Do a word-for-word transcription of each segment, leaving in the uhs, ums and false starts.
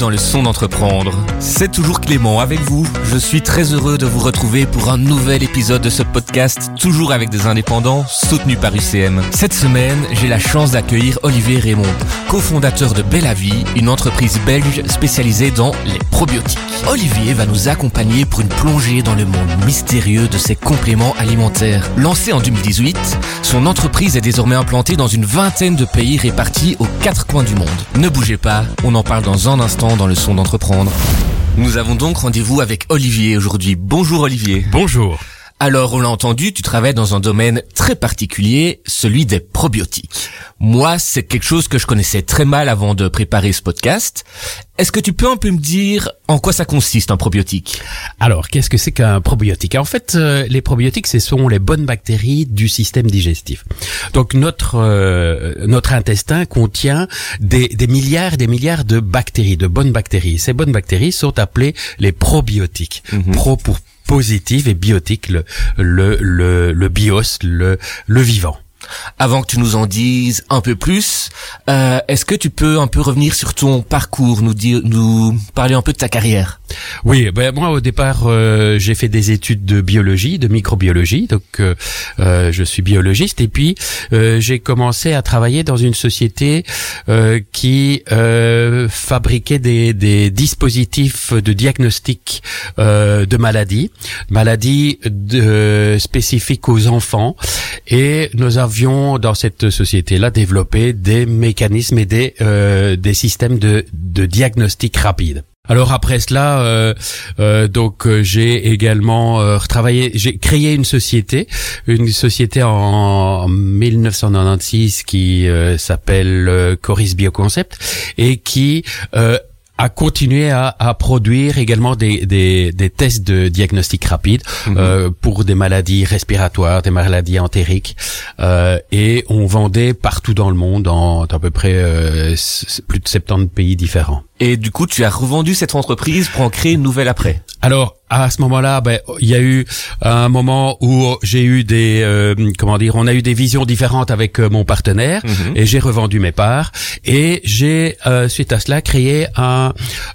dans le son d'entreprendre. C'est toujours Clément avec vous. Je suis très heureux de vous retrouver pour un nouvel épisode de ce podcast, toujours avec des indépendants, soutenu par U C M. Cette semaine, j'ai la chance d'accueillir Olivier Raymond, cofondateur de Bellavie, une entreprise belge spécialisée dans les probiotiques. Olivier va nous accompagner pour une plongée dans le monde mystérieux de ces compléments alimentaires. Lancé en deux mille dix-huit, son entreprise est désormais implantée dans une vingtaine de pays répartis aux quatre coins du monde. Ne bougez pas, on en parle dans un instant dans le son d'entreprendre. Nous avons donc rendez-vous avec Olivier aujourd'hui. Bonjour Olivier. Bonjour. Alors, on l'a entendu, tu travailles dans un domaine très particulier, celui des probiotiques. Moi, c'est quelque chose que je connaissais très mal avant de préparer ce podcast. Est-ce que tu peux un peu me dire en quoi ça consiste un probiotique ? Alors, qu'est-ce que c'est qu'un probiotique ? En fait, euh, les probiotiques, ce sont les bonnes bactéries du système digestif. Donc, notre euh, notre intestin contient des, des milliards et des milliards de bactéries, de bonnes bactéries. Ces bonnes bactéries sont appelées les probiotiques. Mm-hmm. Pro pour positive et biotique, le, le, le, le bios, le, le vivant. Avant que tu nous en dises un peu plus, euh, est-ce que tu peux un peu revenir sur ton parcours, nous dire, nous parler un peu de ta carrière ? Oui, ben moi au départ euh, j'ai fait des études de biologie, de microbiologie, donc euh, euh, je suis biologiste et puis euh, j'ai commencé à travailler dans une société euh, qui euh, fabriquait des, des dispositifs de diagnostic euh, de maladies, maladies de, spécifiques aux enfants, et nous avions dans cette société-là développé des mécanismes et des euh, des systèmes de de diagnostic rapide. Alors après cela, euh, euh, donc euh, j'ai également euh, retravaillé, j'ai créé une société, une société en, en mille neuf cent quatre-vingt-seize qui euh, s'appelle euh, Coris Bioconcept et qui euh, à continuer à, à produire également des, des, des tests de diagnostic rapide mmh. euh, pour des maladies respiratoires, des maladies entériques, euh, et on vendait partout dans le monde, en à peu près euh, plus de soixante-dix pays différents. Et du coup, tu as revendu cette entreprise pour en créer une nouvelle après ? Alors, à ce moment-là, ben, il y a eu un moment où j'ai eu des, euh, comment dire, on a eu des visions différentes avec euh, mon partenaire, mm-hmm. et j'ai revendu mes parts et j'ai, euh, suite à cela, créé un,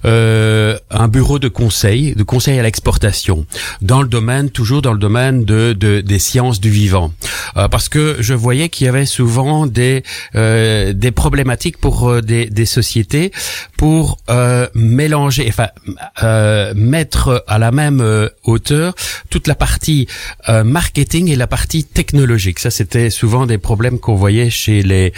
euh, un bureau de conseil, de conseil à l'exportation, dans le domaine, toujours dans le domaine de, de des sciences du vivant, euh, parce que je voyais qu'il y avait souvent des, euh, des problématiques pour euh, des, des sociétés pour euh, mélanger, enfin, euh, mettre à la même Euh, hauteur toute la partie euh, marketing et la partie technologique. Ça, c'était souvent des problèmes qu'on voyait chez les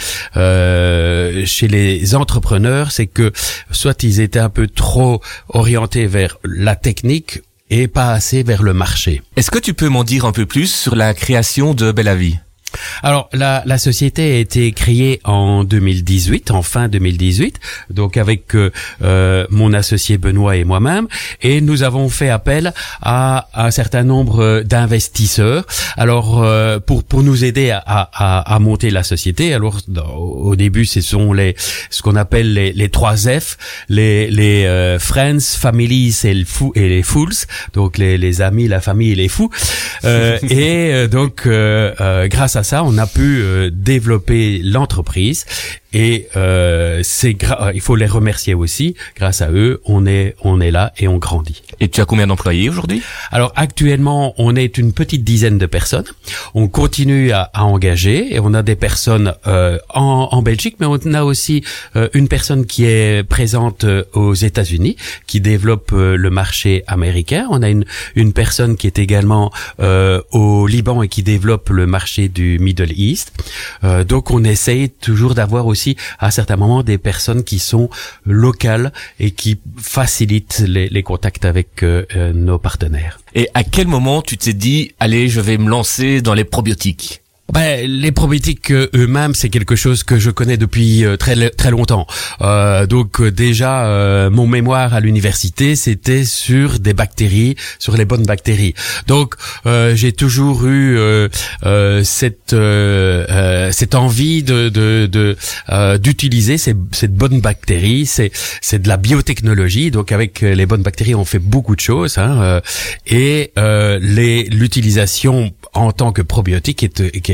euh, chez les entrepreneurs, c'est que soit ils étaient un peu trop orientés vers la technique et pas assez vers le marché. Est-ce que tu peux m'en dire un peu plus sur la création de Bellavie ? Alors, la, la société a été créée en deux mille dix-huit, en fin deux mille dix-huit, donc avec euh, euh, mon associé Benoît et moi-même, et nous avons fait appel à, à un certain nombre d'investisseurs. Alors, euh, pour pour nous aider à, à, à monter la société. Alors, dans, au début, ce sont les ce qu'on appelle les, les trois F, les les euh, friends, families et, le fou, et les fools, donc les, les amis, la famille et les fous. Euh, et euh, donc, euh, euh, grâce à à ça, on a pu euh, développer l'entreprise et euh, c'est gra- il faut les remercier aussi. Grâce à eux, on est on est là et on grandit. Et tu as combien d'employés aujourd'hui ? Alors actuellement, on est une petite dizaine de personnes. On continue à, à engager et on a des personnes euh, en, en Belgique, mais on a aussi euh, une personne qui est présente euh, aux États-Unis, qui développe euh, le marché américain. On a une une personne qui est également euh, au Liban et qui développe le marché du Middle East. Euh, donc on essaye toujours d'avoir aussi à certains moments des personnes qui sont locales et qui facilitent les, les contacts avec euh, euh, nos partenaires. Et à quel moment tu t'es dit, allez, je vais me lancer dans les probiotiques ? Ben, les probiotiques euh, eux-mêmes, c'est quelque chose que je connais depuis euh, très très longtemps. Euh, donc euh, déjà, euh, mon mémoire à l'université, c'était sur des bactéries, sur les bonnes bactéries. Donc euh, j'ai toujours eu euh, euh, cette euh, euh, cette envie de de, de euh, d'utiliser ces cette bonnes bactéries. C'est c'est de la biotechnologie. Donc avec les bonnes bactéries, on fait beaucoup de choses. Hein, euh, et euh, les l'utilisation en tant que probiotique est, est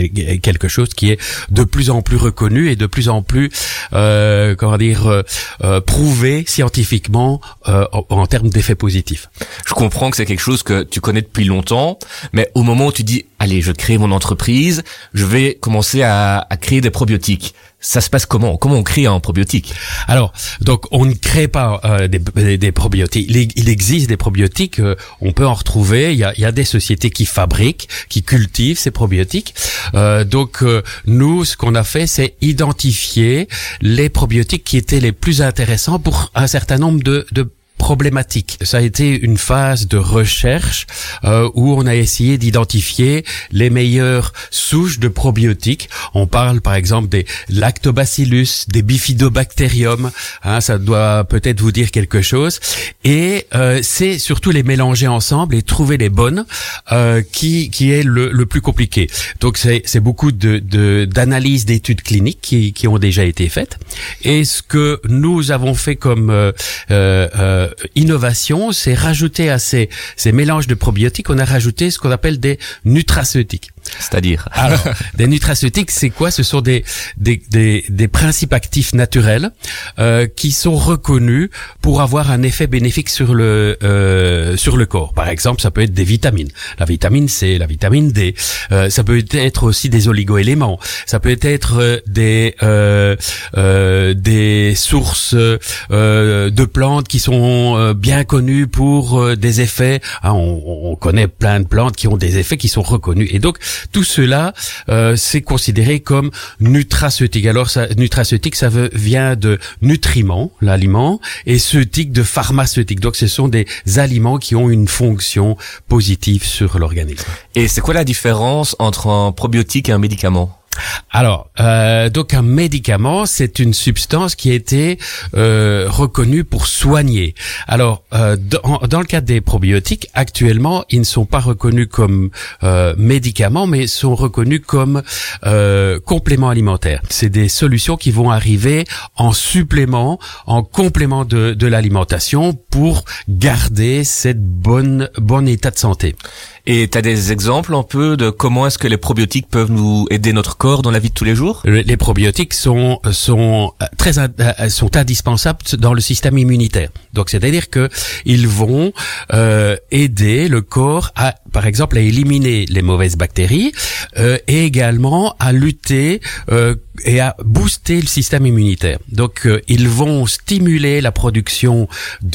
c'est quelque chose qui est de plus en plus reconnu et de plus en plus, euh, comment dire, euh, euh, prouvé scientifiquement euh, en, en termes d'effets positifs. Je comprends que c'est quelque chose que tu connais depuis longtemps, mais au moment où tu dis « Allez, je crée mon entreprise, je vais commencer à, à créer des probiotiques », ça se passe comment? Comment on crée un probiotique? Alors, donc on ne crée pas euh, des, des probiotiques. Il, il existe des probiotiques, euh, on peut en retrouver. Il y a, il y a des sociétés qui fabriquent, qui cultivent ces probiotiques. Euh, donc euh, nous, ce qu'on a fait, c'est identifier les probiotiques qui étaient les plus intéressants pour un certain nombre de, de problématique. Ça a été une phase de recherche euh, où on a essayé d'identifier les meilleures souches de probiotiques. On parle par exemple des lactobacillus, des bifidobacterium, hein, ça doit peut-être vous dire quelque chose. Et euh, c'est surtout les mélanger ensemble et trouver les bonnes euh, qui qui est le, le plus compliqué. Donc c'est c'est beaucoup de de d'analyses d'études cliniques qui qui ont déjà été faites. Et ce que nous avons fait comme euh, euh, innovation, c'est rajouter à ces, ces mélanges de probiotiques, on a rajouté ce qu'on appelle des nutraceutiques. C'est-à-dire? Alors, des nutraceutiques, c'est quoi? Ce sont des, des, des, des principes actifs naturels euh, qui sont reconnus pour avoir un effet bénéfique sur le euh, sur le corps. Par exemple, ça peut être des vitamines. La vitamine C, la vitamine D. Euh, ça peut être aussi des oligoéléments. Ça peut être euh, des euh, euh, des sources euh, de plantes qui sont euh, bien connues pour euh, des effets. Hein, on, on connaît plein de plantes qui ont des effets qui sont reconnus. Et donc tout cela, euh, c'est considéré comme nutraceutique. Alors, ça, nutraceutique, ça veut, vient de nutriments, l'aliment, et ceutique de pharmaceutique. Donc, ce sont des aliments qui ont une fonction positive sur l'organisme. Et c'est quoi la différence entre un probiotique et un médicament? Alors, euh, donc un médicament, c'est une substance qui a été euh, reconnue pour soigner. Alors, euh, dans, dans le cadre des probiotiques, actuellement, ils ne sont pas reconnus comme euh, médicaments, mais sont reconnus comme euh, compléments alimentaires. C'est des solutions qui vont arriver en supplément, en complément de, de l'alimentation pour garder cette bonne bon état de santé. Et tu as des exemples un peu de comment est-ce que les probiotiques peuvent nous aider notre corps dans la vie de tous les jours? Les probiotiques sont sont très sont indispensables dans le système immunitaire. Donc c'est-à-dire que ils vont euh, aider le corps à, par exemple, à éliminer les mauvaises bactéries euh, et également à lutter euh, et à booster le système immunitaire. Donc euh, ils vont stimuler la production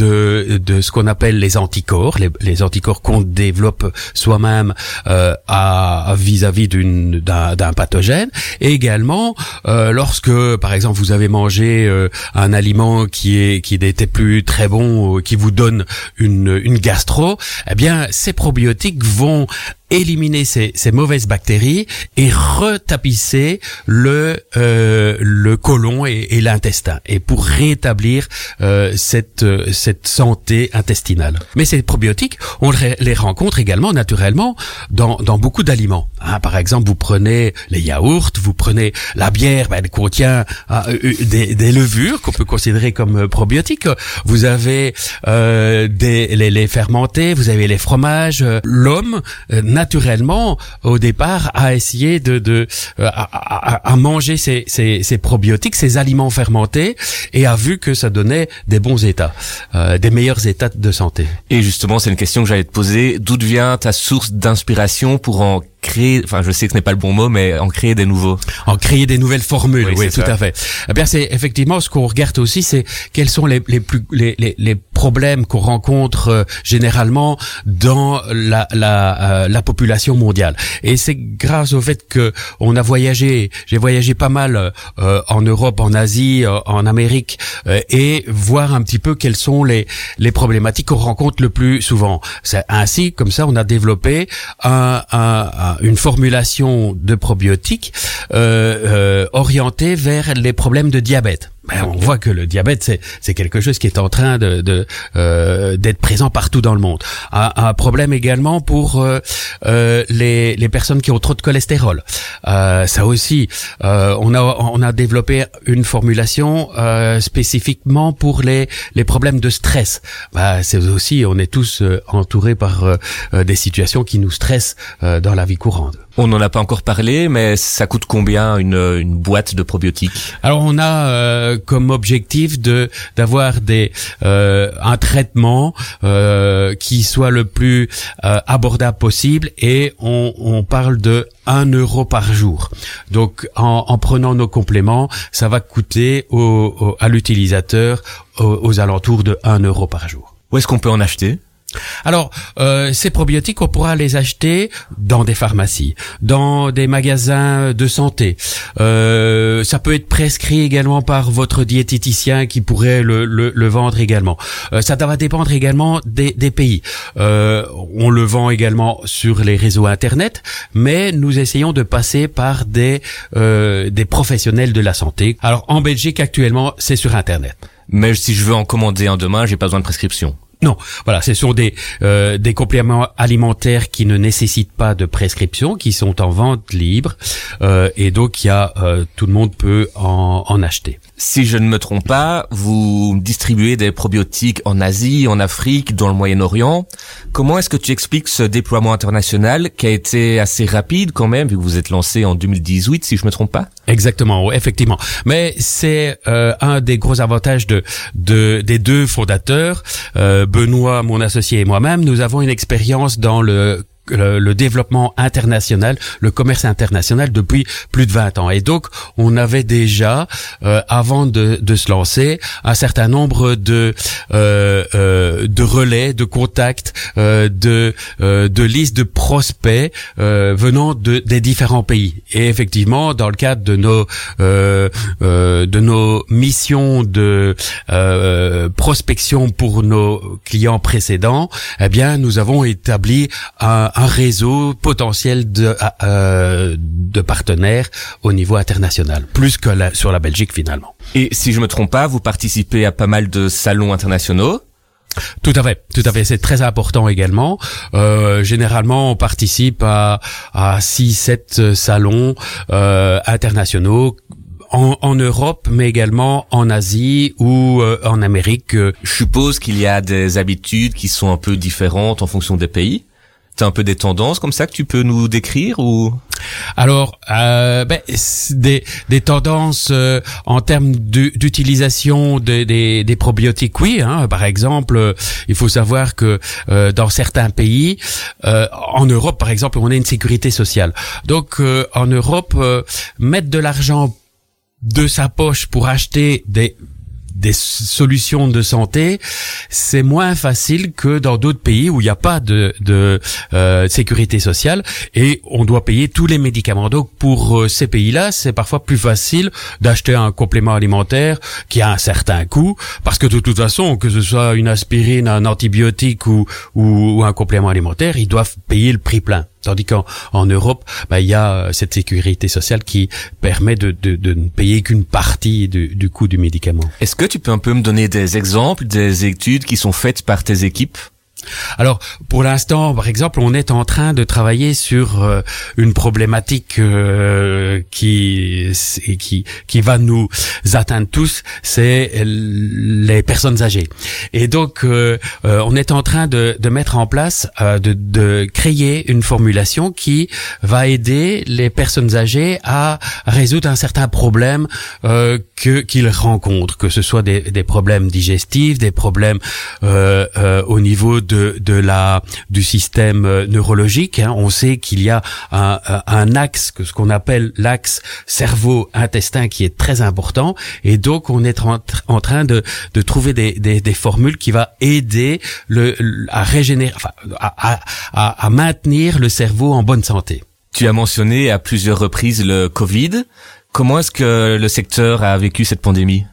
de de ce qu'on appelle les anticorps, les, les anticorps qu'on développe soi-même euh, à vis-à-vis d'une d'un, d'un pathogène, et également euh, lorsque par exemple vous avez mangé euh, un aliment qui est qui n'était plus très bon, euh, qui vous donne une une gastro, eh bien ces probiotiques vont éliminer ces, ces mauvaises bactéries et retapisser le euh, le côlon et, et l'intestin, et pour rétablir euh, cette cette santé intestinale. Mais ces probiotiques, on les rencontre également naturellement dans dans beaucoup d'aliments. Hein, par exemple, vous prenez les yaourts, vous prenez la bière, ben, elle contient euh, des, des levures qu'on peut considérer comme probiotiques. Vous avez euh, des les, les fermentés, vous avez les fromages. L'homme euh, naturellement, au départ, a essayé de, de euh, à, à, à manger ces, ces, ces probiotiques, ces aliments fermentés, et a vu que ça donnait des bons états, euh, des meilleurs états de santé. Et justement, c'est une question que j'allais te poser. D'où vient ta source d'inspiration pour en créer, enfin je sais que ce n'est pas le bon mot, mais en créer des nouveaux. En créer des nouvelles formules, oui, oui tout ça. à fait. Eh bien, c'est effectivement ce qu'on regarde aussi, c'est quels sont les, les plus les, les, les problèmes qu'on rencontre euh, généralement dans la la, euh, la population mondiale. Et c'est grâce au fait que on a voyagé, j'ai voyagé pas mal euh, en Europe, en Asie, euh, en Amérique, euh, et voir un petit peu quelles sont les les problématiques qu'on rencontre le plus souvent. C'est ainsi, comme ça, on a développé un, un, un une formulation de probiotiques euh, euh, orientée vers les problèmes de diabète. ben, on voit que le diabète, c'est, c'est quelque chose qui est en train de, de euh, d'être présent partout dans le monde. Un, un problème également pour euh, euh, les, les personnes qui ont trop de cholestérol. Euh, ça aussi, euh, on a on a développé une formulation euh, spécifiquement pour les les problèmes de stress. Ben, c'est aussi, on est tous euh, entourés par euh, des situations qui nous stressent euh, dans la vie courante. On n'en a pas encore parlé, mais ça coûte combien une, une boîte de probiotiques? Alors on a euh, comme objectif de d'avoir des euh, un traitement euh, qui soit le plus euh, abordable possible, et on, on parle de un euro par jour. Donc en, en prenant nos compléments, ça va coûter au, au, à l'utilisateur aux, aux alentours de un euro par jour. Où est-ce qu'on peut en acheter? Alors, euh, ces probiotiques, on pourra les acheter dans des pharmacies, dans des magasins de santé. Euh, ça peut être prescrit également par votre diététicien qui pourrait le, le, le vendre également. Euh, ça va dépendre également des, des pays. Euh, on le vend également sur les réseaux Internet, mais nous essayons de passer par des, euh, des professionnels de la santé. Alors, en Belgique, actuellement, c'est sur Internet. Mais si je veux en commander un demain, j'ai pas besoin de prescription. Non, voilà, ce sont des euh, des compléments alimentaires qui ne nécessitent pas de prescription, qui sont en vente libre, euh, et donc il y a euh, tout le monde peut en, en acheter. Si je ne me trompe pas, vous distribuez des probiotiques en Asie, en Afrique, dans le Moyen-Orient. Comment est-ce que tu expliques ce déploiement international qui a été assez rapide quand même, vu que vous êtes lancé en deux mille dix-huit, si je me trompe pas? Exactement, oui, effectivement. Mais c'est euh, un des gros avantages de, de des deux fondateurs, euh, Benoît, mon associé, et moi-même. Nous avons une expérience dans le Le, le développement international, le commerce international depuis plus de vingt ans. Et donc, on avait déjà, euh, avant de, de se lancer, un certain nombre de euh, euh, de relais, de contacts, euh, de euh, de listes de prospects euh, venant de des différents pays. Et effectivement, dans le cadre de nos euh, euh, de nos missions de euh, prospection pour nos clients précédents, eh bien, nous avons établi un un réseau potentiel de euh, de partenaires au niveau international, plus que la, sur la Belgique finalement. Et si je me trompe pas, vous participez à pas mal de salons internationaux? Tout à fait, tout à fait. C'est très important également. Euh, généralement, on participe à à six, sept salons euh, internationaux. En, en Europe, mais également en Asie ou euh, en Amérique. Je suppose qu'il y a des habitudes qui sont un peu différentes en fonction des pays. T'as un peu des tendances comme ça que tu peux nous décrire ou? Alors, euh, ben, des, des tendances euh, en termes d'utilisation de, des, des probiotiques, oui. Hein. Par exemple, euh, il faut savoir que euh, dans certains pays, euh, en Europe par exemple, on a une sécurité sociale. Donc, euh, en Europe, euh, mettre de l'argent de sa poche pour acheter des des solutions de santé, c'est moins facile que dans d'autres pays où il n'y a pas de, de euh, sécurité sociale et on doit payer tous les médicaments. Donc pour euh, ces pays-là, c'est parfois plus facile d'acheter un complément alimentaire qui a un certain coût, parce que de toute façon, que ce soit une aspirine, un antibiotique ou, ou, ou un complément alimentaire, ils doivent payer le prix plein. Tandis qu'en en Europe, bah, il y a cette sécurité sociale qui permet de, de, de ne payer qu'une partie du, du coût du médicament. Est-ce que tu peux un peu me donner des exemples, des études qui sont faites par tes équipes? Alors, pour l'instant, par exemple, on est en train de travailler sur euh, une problématique euh, qui qui qui va nous atteindre tous, c'est les personnes âgées. Et donc, euh, euh, on est en train de, de mettre en place, euh, de, de créer une formulation qui va aider les personnes âgées à résoudre un certain problème euh, que qu'ils rencontrent, que ce soit des, des problèmes digestifs, des problèmes euh, euh, au niveau de de de la du système neurologique. Hein. On sait qu'il y a un, un axe, que ce qu'on appelle l'axe cerveau-intestin, qui est très important, et donc on est en, en train de de trouver des des, des formules qui va aider le à régénérer, enfin à, à à maintenir le cerveau en bonne santé. Tu as mentionné à plusieurs reprises le Covid. Comment est-ce que le secteur a vécu cette pandémie?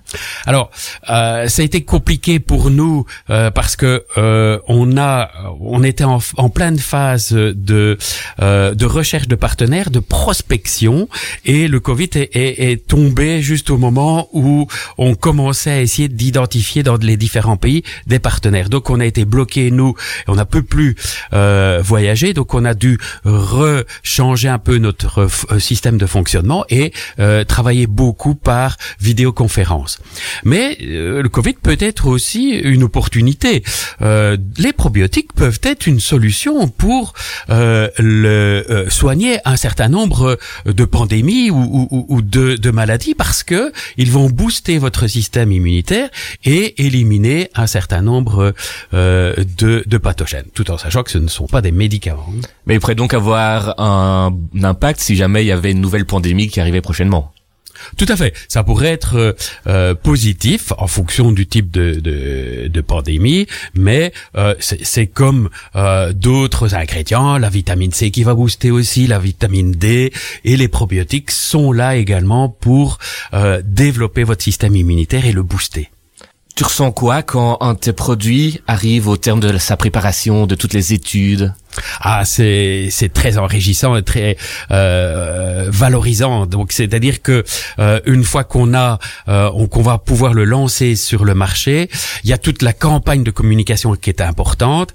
Alors, euh, ça a été compliqué pour nous euh, parce que euh, on a, on était en, en pleine phase de euh, de recherche de partenaires, de prospection, et le Covid est, est, est tombé juste au moment où on commençait à essayer d'identifier dans les différents pays des partenaires. Donc, on a été bloqué, nous, on n'a peu plus euh, voyager, donc on a dû rechanger un peu notre f- système de fonctionnement et euh, travailler beaucoup par vidéoconférence. Mais euh, le Covid peut être aussi une opportunité. Euh, les probiotiques peuvent être une solution pour euh, le, euh, soigner un certain nombre de pandémies ou, ou, ou de, de maladies parce que ils vont booster votre système immunitaire et éliminer un certain nombre euh, de, de pathogènes, tout en sachant que ce ne sont pas des médicaments. Mais il pourrait donc avoir un, un impact si jamais il y avait une nouvelle pandémie qui arrivait prochainement. Tout à fait. Ça pourrait être euh, positif en fonction du type de, de, de pandémie, mais euh, c'est, c'est comme euh, d'autres ingrédients, la vitamine C qui va booster aussi, la vitamine D, et les probiotiques sont là également pour euh, développer votre système immunitaire et le booster. Tu ressens quoi quand un de tes produits arrive au terme de sa préparation, de toutes les études ? Ah, c'est c'est très enrichissant et très euh, valorisant. Donc, c'est-à-dire que euh, une fois qu'on a, euh, on, qu'on va pouvoir le lancer sur le marché, il y a toute la campagne de communication qui est importante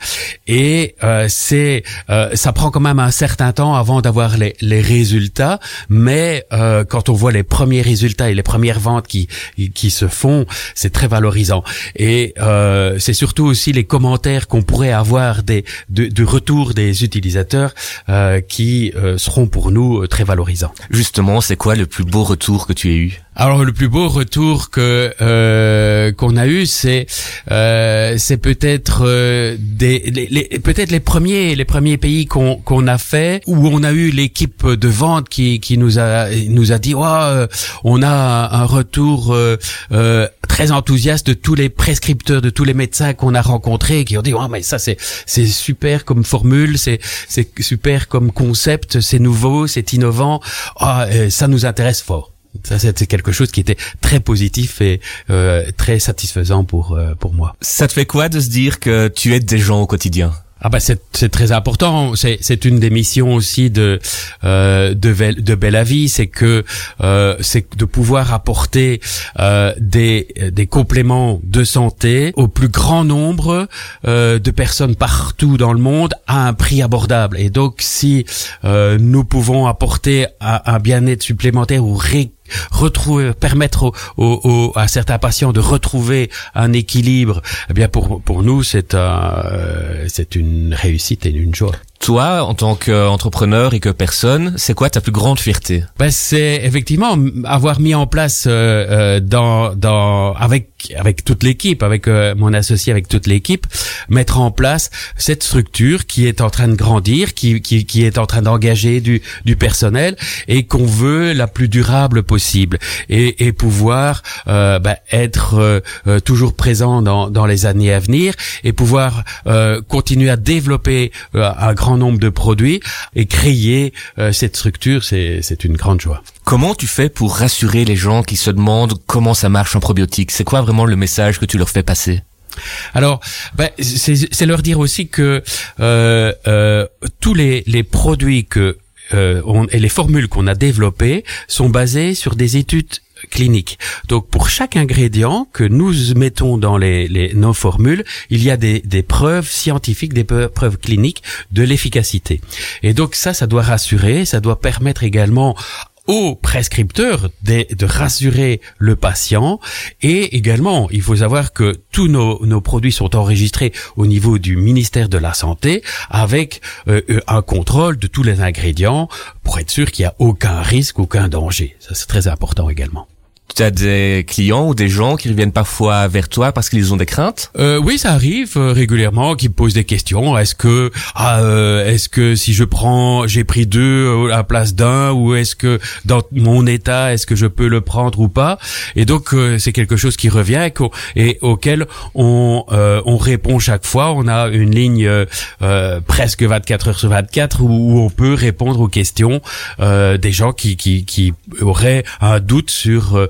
et euh, c'est euh, ça prend quand même un certain temps avant d'avoir les les résultats. Mais euh, quand on voit les premiers résultats et les premières ventes qui qui se font, c'est très valorisant. Et euh, c'est surtout aussi les commentaires qu'on pourrait avoir des de, de retour des utilisateurs euh, qui euh, seront pour nous euh, très valorisants. Justement, c'est quoi le plus beau retour que tu aies eu ? Alors le plus beau retour que euh, qu'on a eu, c'est euh, c'est peut-être euh, des les, les, peut-être les premiers les premiers pays qu'on qu'on a fait où on a eu l'équipe de vente qui qui nous a nous a dit ouais, euh, on a un retour euh, euh, très enthousiaste de tous les prescripteurs, de tous les médecins qu'on a rencontrés, qui ont dit ouais, mais ça c'est c'est super comme formule, c'est c'est super comme concept, c'est nouveau, c'est innovant, ah, euh, ça nous intéresse fort. Ça, c'est quelque chose qui était très positif et euh, très satisfaisant pour euh, pour moi. Ça te fait quoi de se dire que tu aides des gens au quotidien ? Ah bah c'est c'est très important. C'est c'est une des missions aussi de euh, de Vel, de Belle Vie, c'est que euh, c'est de pouvoir apporter euh, des des compléments de santé au plus grand nombre euh, de personnes partout dans le monde à un prix abordable. Et donc si euh, nous pouvons apporter un, un bien-être supplémentaire ou ré retrouver, permettre au, au, au, à certains patients de retrouver un équilibre, eh bien pour pour nous c'est un, euh, c'est une réussite et une joie. Toi, en tant qu'entrepreneur et que personne, c'est quoi ta plus grande fierté ? Ben c'est effectivement avoir mis en place euh, euh, dans dans avec avec toute l'équipe, avec euh, mon associé, avec toute l'équipe, mettre en place cette structure qui est en train de grandir, qui qui qui est en train d'engager du du personnel et qu'on veut la plus durable possible et et pouvoir euh, ben, être euh, euh, toujours présent dans dans les années à venir et pouvoir euh, continuer à développer euh, un grand nombre de produits et créer euh, cette structure, c'est c'est une grande joie. Comment tu fais pour rassurer les gens qui se demandent comment ça marche un probiotique ? C'est quoi vraiment le message que tu leur fais passer ? Alors, ben, c'est, c'est leur dire aussi que euh, euh, tous les, les produits que euh, on, et les formules qu'on a développées sont basées sur des études clinique. Donc pour chaque ingrédient que nous mettons dans les, les nos formules, il y a des, des preuves scientifiques, des preuves cliniques de l'efficacité. Et donc ça, ça doit rassurer, ça doit permettre également aux prescripteurs de, de rassurer le patient. Et également, il faut savoir que tous nos, nos produits sont enregistrés au niveau du ministère de la Santé avec euh, un contrôle de tous les ingrédients pour être sûr qu'il n'y a aucun risque, aucun danger. Ça, c'est très important également. Tu as des clients ou des gens qui reviennent parfois vers toi parce qu'ils ont des craintes ? euh, Oui, ça arrive euh, régulièrement, qui me posent des questions. Est-ce que, ah, euh, est-ce que si je prends, j'ai pris deux à la place d'un, ou est-ce que dans mon état, est-ce que je peux le prendre ou pas ? Et donc euh, c'est quelque chose qui revient et, et auquel on euh, on répond chaque fois. On a une ligne euh, euh, presque vingt-quatre heures sur vingt-quatre où, où on peut répondre aux questions euh, des gens qui qui qui auraient un doute sur euh,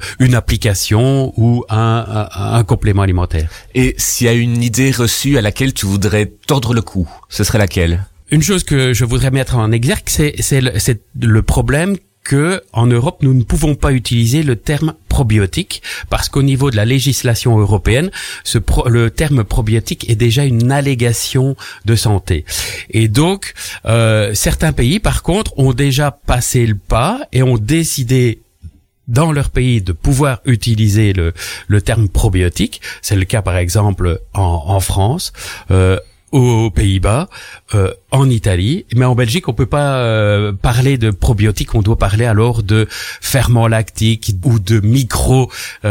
une application ou un, un, un complément alimentaire. Et s'il y a une idée reçue à laquelle tu voudrais tordre le cou, ce serait laquelle? Une chose que je voudrais mettre en exergue, c'est, c'est, le, c'est le problème que en Europe nous ne pouvons pas utiliser le terme probiotique parce qu'au niveau de la législation européenne, ce pro, le terme probiotique est déjà une allégation de santé. Et donc euh, certains pays par contre ont déjà passé le pas et ont décidé dans leur pays de pouvoir utiliser le, le terme probiotique. C'est le cas par exemple en, en France, euh, aux Pays-Bas, euh, en Italie, mais en Belgique on peut pas euh, parler de probiotiques, on doit parler alors de ferments lactiques ou de microbiotiques.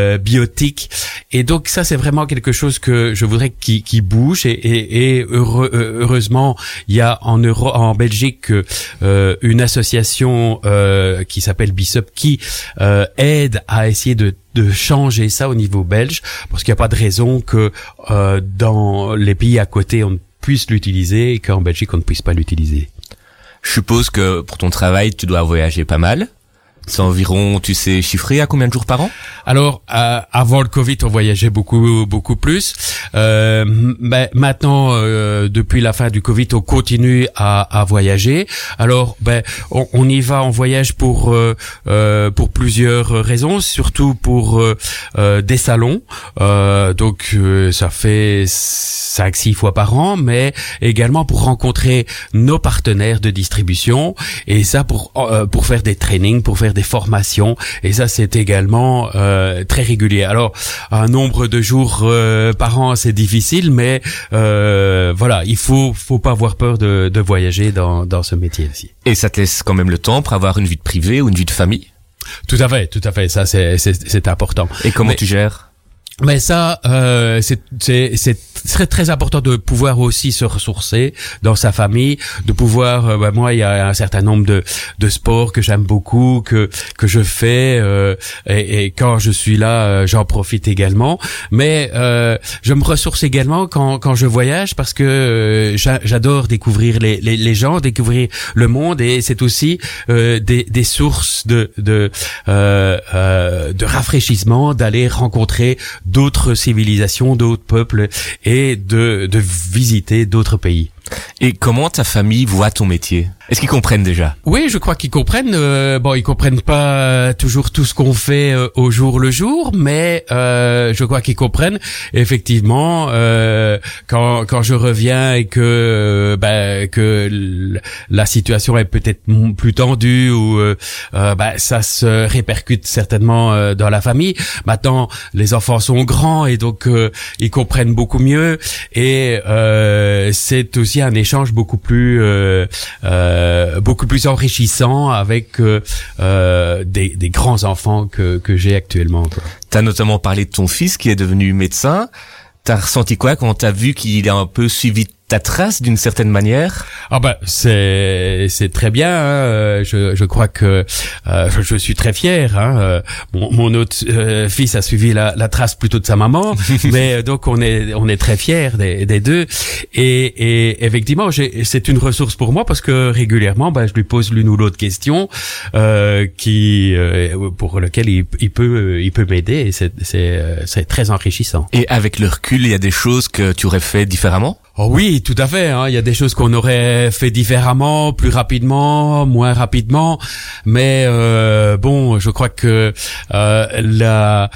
Euh, et donc ça c'est vraiment quelque chose que je voudrais qui, qui bouge et, et, et heureux, heureusement il y a en Euro, en Belgique euh, une association euh, qui s'appelle BISUP qui euh, aide à essayer de de changer ça au niveau belge, parce qu'il n'y a pas de raison que euh, dans les pays à côté on puisse l'utiliser et qu'en Belgique on ne puisse pas l'utiliser. Je suppose que pour ton travail tu dois voyager pas mal. C'est environ, tu sais, chiffré à combien de jours par an? Alors, euh, avant le Covid, on voyageait beaucoup, beaucoup plus. Euh, ben, maintenant, euh, depuis la fin du Covid, on continue à, à voyager. Alors, ben, on, on y va en voyage pour euh, euh, pour plusieurs raisons, surtout pour euh, euh, des salons. Euh, donc, euh, ça fait cinq, six fois par an, mais également pour rencontrer nos partenaires de distribution et ça pour euh, pour faire des trainings, pour faire des formations, et ça c'est également euh, très régulier. Alors un nombre de jours euh, par an c'est difficile, mais euh, voilà, il faut faut pas avoir peur de, de voyager dans dans ce métier-ci. Et ça te laisse quand même le temps pour avoir une vie de privée ou une vie de famille? Tout à fait, tout à fait. Ça c'est c'est, c'est important. Et comment mais, tu gères? Mais ça, euh, c'est c'est c'est très très important de pouvoir aussi se ressourcer dans sa famille, de pouvoir. Euh, bah, moi, il y a un certain nombre de de sports que j'aime beaucoup, que que je fais, euh, et, et quand je suis là, euh, j'en profite également. Mais euh, je me ressource également quand quand je voyage parce que euh, j'a, j'adore découvrir les, les les gens, découvrir le monde, et c'est aussi euh, des des sources de de euh, euh, de rafraîchissement, d'aller rencontrer d'autres civilisations, d'autres peuples et de, de visiter d'autres pays. Et comment ta famille voit ton métier? Est-ce qu'ils comprennent déjà? Oui, je crois qu'ils comprennent. Euh, bon, ils comprennent pas toujours tout ce qu'on fait euh, au jour le jour, mais euh, je crois qu'ils comprennent. Effectivement, euh, quand quand je reviens et que euh, bah, que l- la situation est peut-être plus tendue ou euh, euh, bah, ça se répercute certainement euh, dans la famille. Maintenant, les enfants sont grands et donc euh, ils comprennent beaucoup mieux, et euh, c'est aussi un échange beaucoup plus euh, euh, beaucoup plus enrichissant avec euh, euh, des, des grands enfants que que j'ai actuellement, quoi. T'as notamment parlé de ton fils qui est devenu médecin. T'as ressenti quoi quand t'as vu qu'il a un peu suivi ta trace d'une certaine manière? Ah bah c'est c'est très bien. Hein. Je je crois que euh, je, je suis très fier. Hein. Mon, mon autre euh, fils a suivi la, la trace plutôt de sa maman, mais donc on est on est très fiers des, des deux. Et, et effectivement, j'ai, c'est une ressource pour moi parce que régulièrement, bah je lui pose l'une ou l'autre question euh, qui euh, pour lequel il, il peut il peut m'aider. Et c'est c'est c'est très enrichissant. Et avec le recul, il y a des choses que tu aurais fait différemment? Oh oui, tout à fait. Hein. Il y a des choses qu'on aurait fait différemment, plus rapidement, moins rapidement. Mais euh, bon, je crois que euh, la,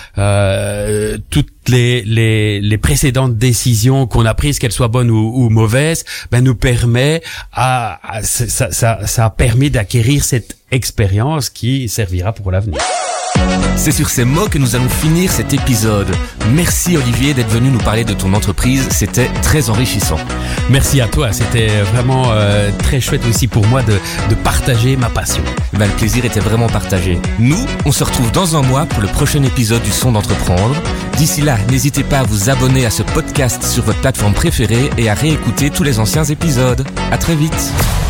euh, toutes les, les, les précédentes décisions qu'on a prises, qu'elles soient bonnes ou, ou mauvaises, ben nous permet à, à ça, ça, ça a permis d'acquérir cette expérience qui servira pour l'avenir. C'est sur ces mots que nous allons finir cet épisode. Merci Olivier d'être venu nous parler de ton entreprise, c'était très enrichissant. Merci à toi, c'était vraiment euh, très chouette aussi pour moi de, de partager ma passion. Ben, le plaisir était vraiment partagé. Nous, on se retrouve dans un mois pour le prochain épisode du Son d'entreprendre. D'ici là, n'hésitez pas à vous abonner à ce podcast sur votre plateforme préférée et à réécouter tous les anciens épisodes. À très vite.